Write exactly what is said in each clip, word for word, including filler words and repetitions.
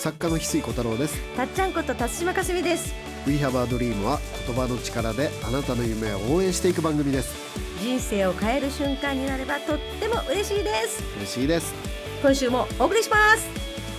作家の翡翠小太郎です。 たっちゃんこと辰島かすみです。 We Have a Dream は言葉の力であなたの夢を応援していく番組です。 人生を変える瞬間になればとっても嬉しいです。 嬉しいです。 今週もお送りします。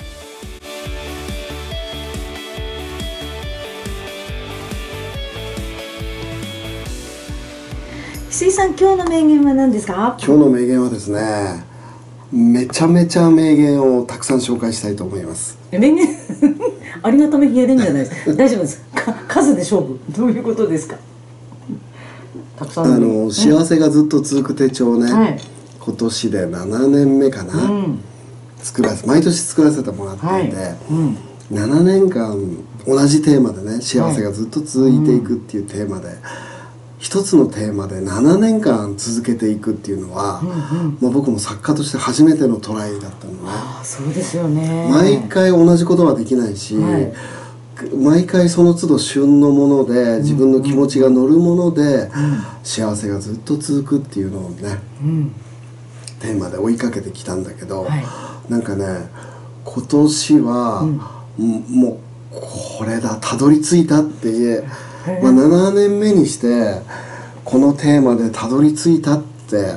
翡翠さん、今日の名言は何ですか？ 今日の名言はですね、めちゃめちゃ名言をたくさん紹介したいと思います。 名言ありがため言えるんじゃないですか？大丈夫ですか？数で勝負、どういうことですか？たくさんあの、 うん、幸せがずっと続く手帳ね、はい、今年でななねんめかな、うん、作らせ毎年作らせてもらっていて、はいうん、ななねんかん同じテーマでね、幸せがずっと続いていくっていうテーマで、はいうん一つのテーマでななねんかん続けていくっていうのは、うんうんまあ、僕も作家として初めてのトライだったのね。 ああそうですよね。 毎回同じことはできないし、はい、毎回その都度旬のもので自分の気持ちが乗るもので、うんうん、幸せがずっと続くっていうのをね、うん、テーマで追いかけてきたんだけど、はい、なんかね今年は、うん、もうこれだたどり着いたって言えまあ、ななねんめにしてこのテーマでたどり着いたって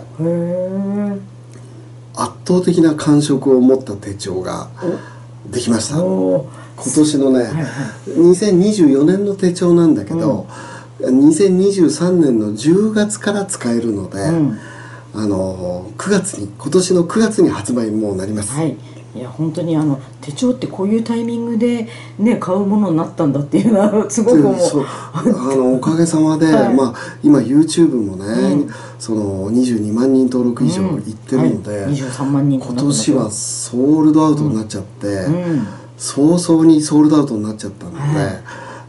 圧倒的な感触を持った手帳ができました。今年のね、はいはい、にせんにじゅうよねんの手帳なんだけど、うん、にせんにじゅうさんねんのじゅうがつから使えるので、うん、あのくがつに今年のくがつに発売もなります。 はいいや本当にあの手帳ってこういうタイミングで、ね、買うものになったんだっていうのはすごく思う。 そうあのおかげさまで、はいまあ、今 YouTube もね、うん、そのにじゅうにまんにん登録以上いってるので、うんはい、 にじゅうさんまんにん今年はソールドアウトになっちゃって、うん、早々にソールドアウトになっちゃったので、はい、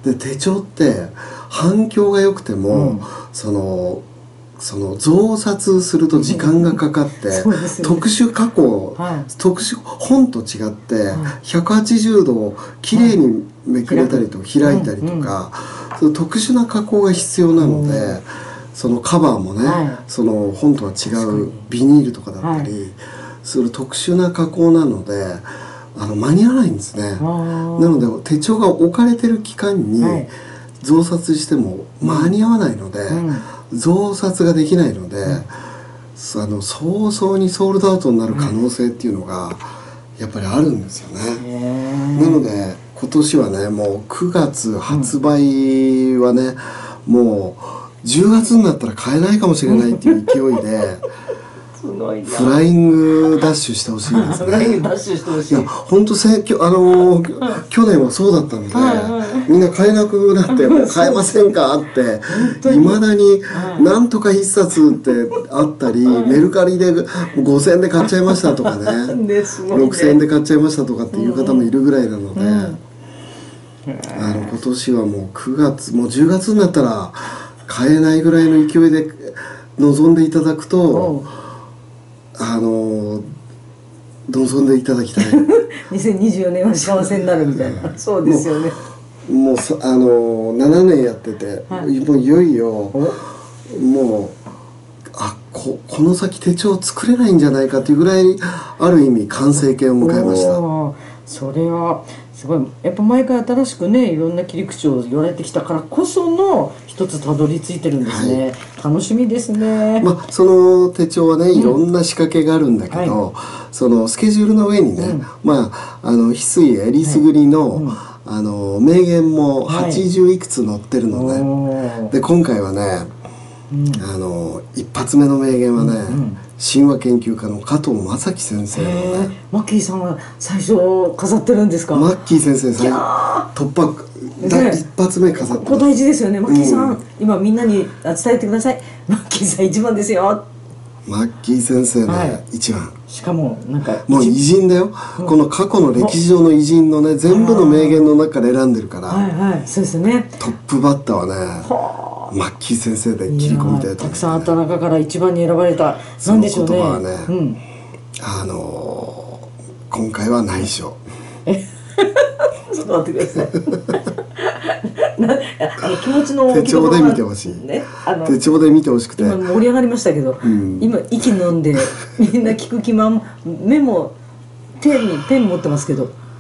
で手帳って反響が良くても、うん、そのその増刷すると時間がかかって、ね、特殊加工、はい、特殊本と違ってひゃくはちじゅうどをきれいにめくれたりと開いたりとか、はい、その特殊な加工が必要なので、うん、そのカバーもね、はい、その本とは違うビニールとかだったり、はい、その特殊な加工なのであの間に合わないんですね。なので手帳が置かれてる期間に増刷しても間に合わないので、うん増刷ができないので、うん、あの早々にソールドアウトになる可能性っていうのがやっぱりあるんですよね。なので今年はねもうくがつ発売はね、うん、もうじゅうがつになったら買えないかもしれないっていう勢いですごいなフライングダッシュしてほしいですね。 フライングダッシュしてほしい。いや本当せあのー、去年はそうだったので、はいはい、みんな買えなくなってもう買えませんかっていまだになんとか一冊ってあったり、はい、メルカリでごせんえんで買っちゃいましたとかねねろくせんえんで買っちゃいましたとかっていう方もいるぐらいなので、うんうん、あの今年はもうくがつもうじゅうがつになったら買えないぐらいの勢いで臨んでいただくとあの望んでいただきたいにせんにじゅうよねんは幸せになるみたいなそうですよね。 もう、もうあのななねんやってて、はい、もういよいよもうあ こ, この先手帳作れないんじゃないかというぐらいある意味完成形を迎えました。 それはすごいやっぱ毎回新しくねいろんな切り口を言われてきたからこその一つたどり着いてるんですね、はい、楽しみですね。 まあその手帳はねいろんな仕掛けがあるんだけど、うんはい、そのスケジュールの上にね、うん、まああの翡翠えりすぐりの、はいうん、あの名言もはちじゅういくつ載ってるのね、はい、で今回はね、うん、あの一発目の名言はね、うんうん神話研究家の加藤正樹先生のねマッキーさんは最初飾ってるんですか？ マッキー先生突破、ね、一発目飾ってます。 ここ大事ですよね。マッキーさん、うん、今みんなに伝えてください。マッキーさん一番ですよ。 マッキー先生ね、はい、一番しかもなんかもう偉人だよ、うん、この過去の歴史上の偉人のね全部の名言の中から選んでるからはいはいそうですねトップバッターはねマッキー先生で切り込みたいと思って、ね、 たくさんあった中から一番に選ばれたなんでしょうね。 その言葉はね、うん、あのー、今回は内緒えちょっと待ってくださいなあの気持ちの手帳で見てほしい、ね、あの手帳で見てほしくて今盛り上がりましたけど、うん、今息飲んでみんな聞く気満メモ手にペン持ってますけど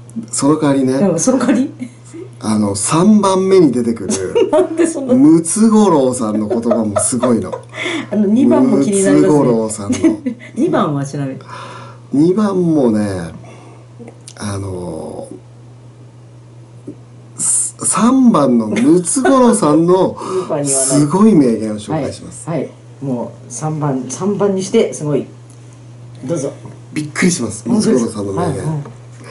その代わりね、 うん、その代わりあのさんばんめに出てくるなんでそんなムツゴロウさんの言葉もすごいの。 あのにばんも気になりますね。 ムツゴロウさんのにばんはちなみににばんもね、あのさんばんのムツゴロウさんのすごい名言を紹介します。 はい、はい、もうさんばんさんばんにしてすごい、どうぞ。 びっくりします、ムツゴロウさんの名言。 はいはい、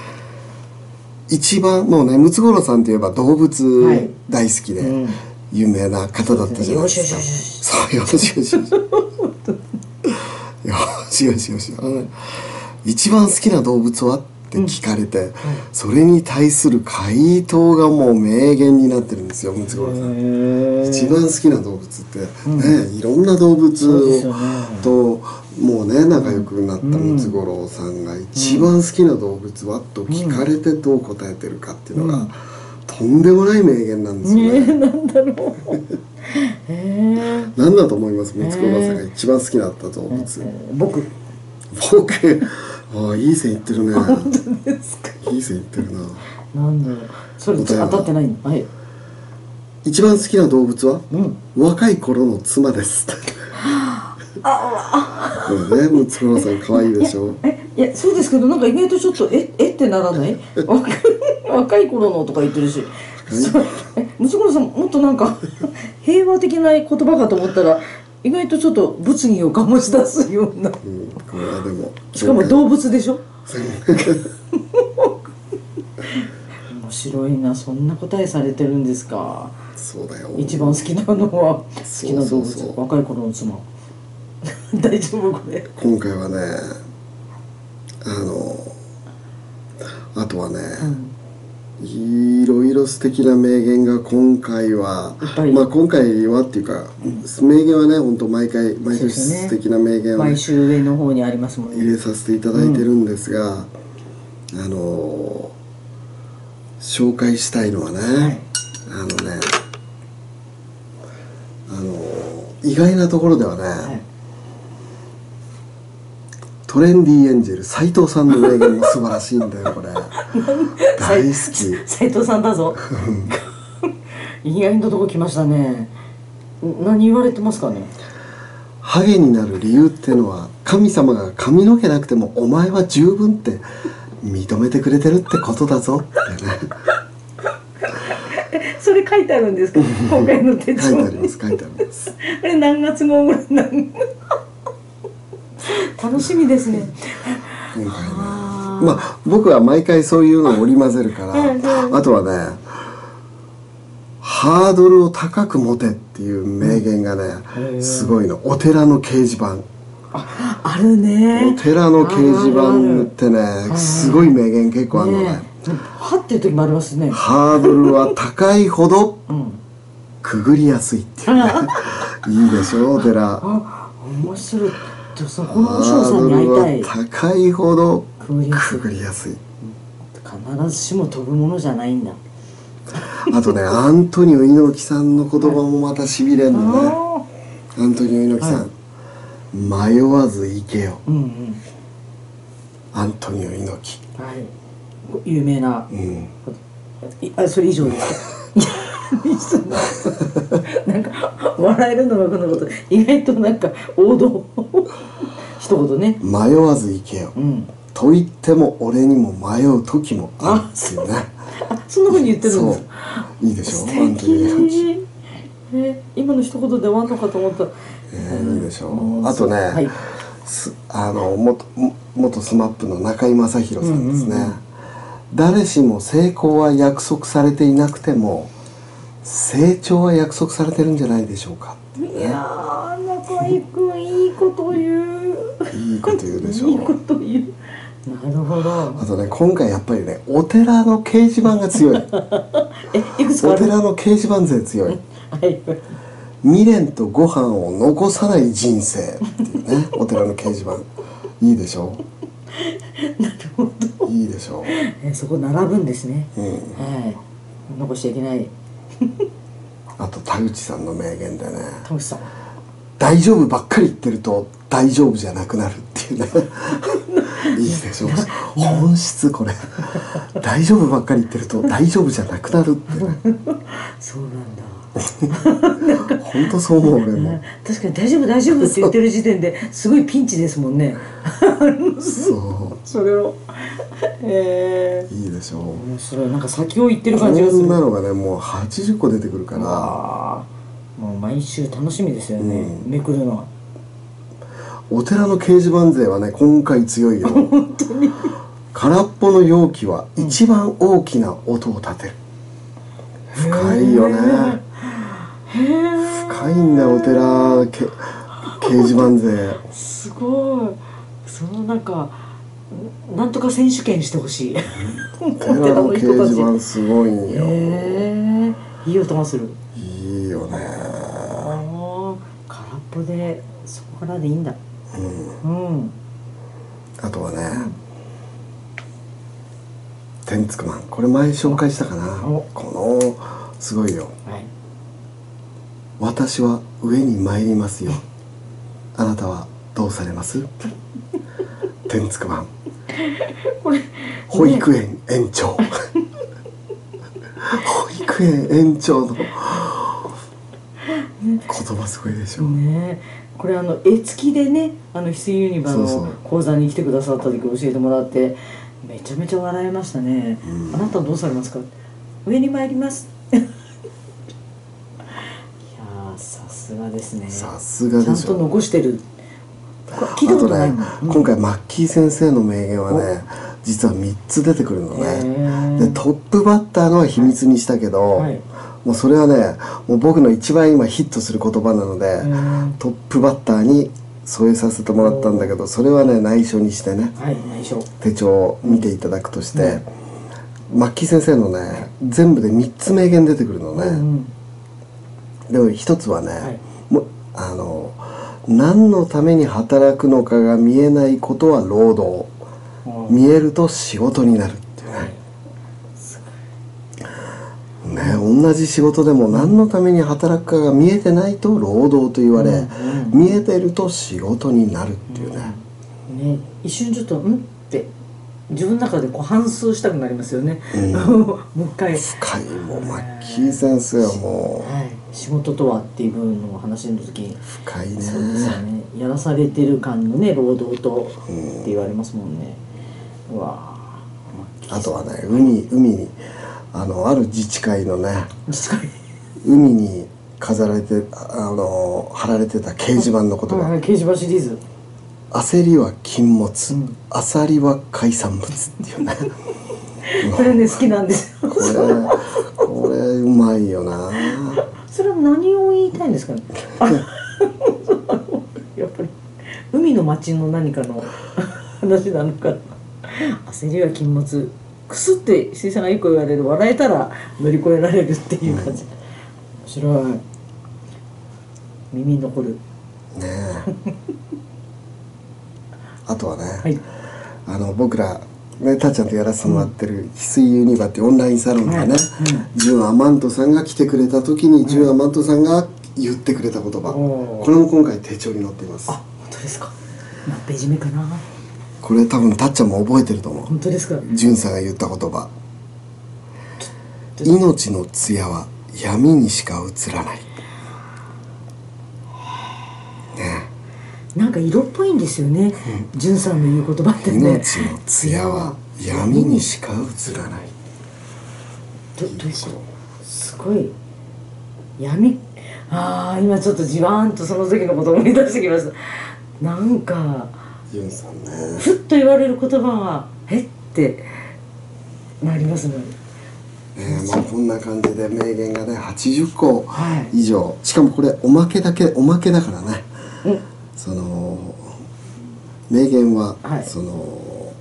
一番もうね、ムツゴロウさんといえば動物大好きで有名な方だったじゃないですか。そう、よしよしよしよしよしよし、一番好きな動物はって聞かれて、うん、それに対する回答がもう名言になってるんですよ、ムツゴロウさん。一番好きな動物ってね、うん、いろんな動物ともうね仲良くなったムツゴロウさんが一番好きな動物はと聞かれてどう答えてるかっていうのが、うん、とんでもない名言なんですよね。 ね、なんだろうへ何だと思います？ムツゴロウさんが一番好きだった動物。 僕僕ああ、いい線いってるね。 本当ですか？ いい線いってるな。 なんだろう、それ当たってないの。はい。 一番好きな動物は、 うん、 若い頃の妻です。 ああ、 これね、ムツゴロウさん可愛いでしょ。 え、いや、そうですけど、なんか意外とちょっとええってならない？若い若い頃のとか言ってるし。え、ムツゴロウさんもっとなんか平和的な言葉かと思ったら。意外とちょっと物議を醸し出すような、うん、 これはでもしかも動物でしょ面白いな、そんな答えされてるんですか。 そうだよ。 一番好きなのは好きな動物、そうそうそう、若い頃の妻大丈夫これ。 今回はね、あのあとはね、うん、いろいろ素敵な名言が今回は、まあ今回はっていうか、うん、名言はね本当毎回毎年素敵な名言を、ね、 毎週上の方にありますもんね。 入れさせていただいてるんですが、うん、あの紹介したいのはね、はい、あのねあの意外なところではね、はい、トレンディエンジェル斉藤さんの名言も素晴らしいんだよこれ大好き。 斉藤さんだぞ意外なとこ来ましたね。何言われてますかね。 ハゲになる理由っていうのは神様が髪の毛なくてもお前は十分って認めてくれてるってことだぞってねそれ書いてあるんですか今回の手帳に。 書いてあります、書いてあります。 あれ何月号ぐらいなん楽しみですね。 今回ね、まあ僕は毎回そういうのを織り交ぜるからあとはね、ハードルを高く持てっていう名言がね、うん、すごいの。お寺の掲示板、 あ、あるね。 お寺の掲示板ってねすごい名言結構あるのね。ね、 はっていう時もありますね。 ハードルは高いほどくぐりやすいっていうねいいでしょお寺。 あ、面白い。そこの和尚さんに会いたい。 高いほどくぐりやすい。 必ずしも飛ぶものじゃないんだ。 あとね、アントニオ猪木さんの言葉もまたしびれんのね。アントニオ猪木さん、はい、迷わず行けよ、うんうん、アントニオ猪木、 はい、有名な、うん、あ、それ以上ですなんか笑えるのがこのこと意外となんか王道一言ね、 迷わず行けよ、うん、と言っても俺にも迷う時もあるっていうね。 あ、そんなふうに言ってるんですか。 いいでしょう。 素敵。え、今の一言で終わんのかと思った。 えー、いいでしょう。あとね、はい、あの元元スマップの中居正広さんですね、うんうんうん、誰しも成功は約束されていなくても成長は約束されてるんじゃないでしょうかっていうね。 いやー、中居君いいこと言う。 いいこと言うでしょう。 いいこと言う。なるほど。 あとね、今回やっぱりね、お寺の掲示板が強いえ、いくつかある？ お寺の掲示板勢強いはい。 未練とご飯を残さない人生っていうねお寺の掲示板いいでしょう。なるほど。 いいでしょう。 え、そこ並ぶんですね、うん、はい、残しちゃいけないあと田口さんの名言でね、 田口さん、 大丈夫ばっかり言ってると大丈夫じゃなくなるっていうねいいでしょう。本質これ大丈夫ばっかり言ってると大丈夫じゃなくなるってねそうなんだ本当そう思う俺も。 確かに大丈夫大丈夫って言ってる時点ですごいピンチですもんねそうそれをえー、いいでしょう。 面白い。なんか先を言ってる感じがする。 こんなのがねもうはちじゅっこ出てくるから、 もう毎週楽しみですよね、うん、めくるのは。 お寺の掲示板勢はね今回強いよ本当に空っぽの容器は一番大きな音を立てる、うん、深いよね。深いんだよお寺け掲示板勢すごい。そのなんかなんとか選手権してほしいお寺の掲示板すごいんよ。 へえ、いい音がする。 いいよね。 あ、空っぽでそこからでいいんだ。うん、うん、 あとはね、うん、天竺マン、これ前紹介したかな。このすごいよ、はい、私は上に参りますよ、あなたはどうされます天竺マンこれ保育園園長保育園園長の言葉すごいでしょね。これあの絵付きでね、あの翡翠ユニバの講座に来てくださった時教えてもらってめちゃめちゃ笑いましたね、うん、あなたはどうされますか。上に参りますいやさすがですね。 さすがでしょ。 ちゃんと残してる。聞いたことないもん。 あとね、うん、今回マッキー先生の名言はね実はみっつ出てくるのね。でトップバッターのは秘密にしたけど、はいはい、もうそれはねもう僕の一番今ヒットする言葉なのでトップバッターに添えさせてもらったんだけど、それはね内緒にしてね、はい、内緒手帳を見ていただくとして、うん、マッキー先生のね全部でみっつ名言出てくるのね、うんうん、でもひとつはね、はい、もあの何のために働くのかが見えないことは労働、うん、見えると仕事になるっていうね、はい、ね、同じ仕事でも何のために働くかが見えてないと労働と言われ、うんうん、見えてると仕事になるっていうね、 うんね、一瞬ちょっとんって自分の中でこう反芻したくなりますよね、うん、もう一回深い。もうマッキー先生はもう、はい、 仕事とはっていう部分の話の時に深いね。 そうですよね。やらされてる感のね労働とって言われますもんね、うん、うわあとはね海海にあのある自治会のね自治会海に飾られてあの貼られてた掲示板の言葉、 はいはい、掲示板シリーズ焦りは禁物、うん、あさりは海産物っていうねこれね好きなんですよこれこれうまいよな。 それは何を言いたいんですかねやっぱり海の町の何かの話なのか。焦りは禁物、くすって水さんが一個言われる、笑えたら乗り越えられるっていう感じ、うん、面白い。耳に残るねえあとはね、はい、あの僕らねたっちゃんとやらせてもらってる翡翠ユニバってオンラインサロンがね、ジュン・アマントさんが来てくれた時に、ジュン・アマントさんが言ってくれた言葉、これも今回手帳に載っています。 あ、本当ですか。何ページ目かな。 これ多分たっちゃんも覚えてると思う。 本当ですか。 ジュンさんが言った言葉、命の艶は闇にしか映らないね。なんか色っぽいんですよね、うん、ジュンさんの言う言葉ってね。 命の艶は闇にしか映らない。 どどういうこと。すごい闇。ああ、今ちょっとじわーんとその時のことを思い出してきました。なんかジュンさんね、 ふっと言われる言葉がえってなりますね。 ね、まあこんな感じで名言がねはちじゅっこ以上、はい、しかもこれおまけだけおまけだからね、うん、その名言は、はい、その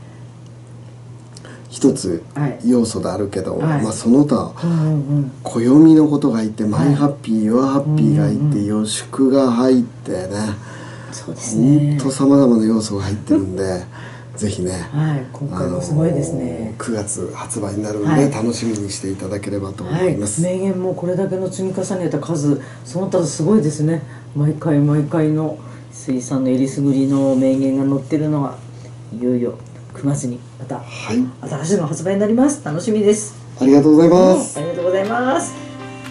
一つ要素であるけど、はい、まあその他、うんうん、暦のことが入って「マイハッピー」「ヨアハッピー」が入って「予祝」が入ってね、 そうですね、 ほんとさまざまな要素が入ってるんでぜひね、 はい、今回もすごいですね、 くがつ発売になるんで、はい、楽しみにしていただければと思います、 はい、名言もこれだけの積み重ねた数、その他すごいですね。毎回毎回の翡翠さんのえりすぐりの名言が載ってるのはいよいよ組まずにまたはい、 新しいの発売になります。楽しみです。 ありがとうございます、 うん、ありがとうございます。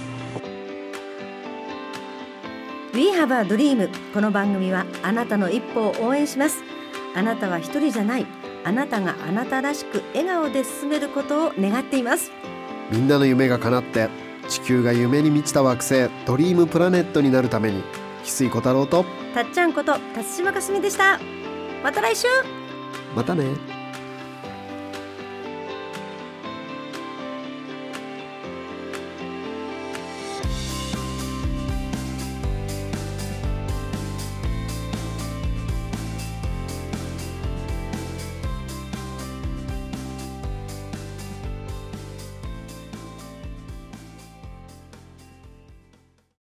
We have a dream。 この番組はあなたの一歩を応援します。あなたは一人じゃない。あなたがあなたらしく笑顔で進めることを願っています。 みんなの夢が叶って地球が夢に満ちた惑星ドリームプラネットになるために、翡翠小太郎とたっちゃんこと辰島かすみでした。また来週。 またね。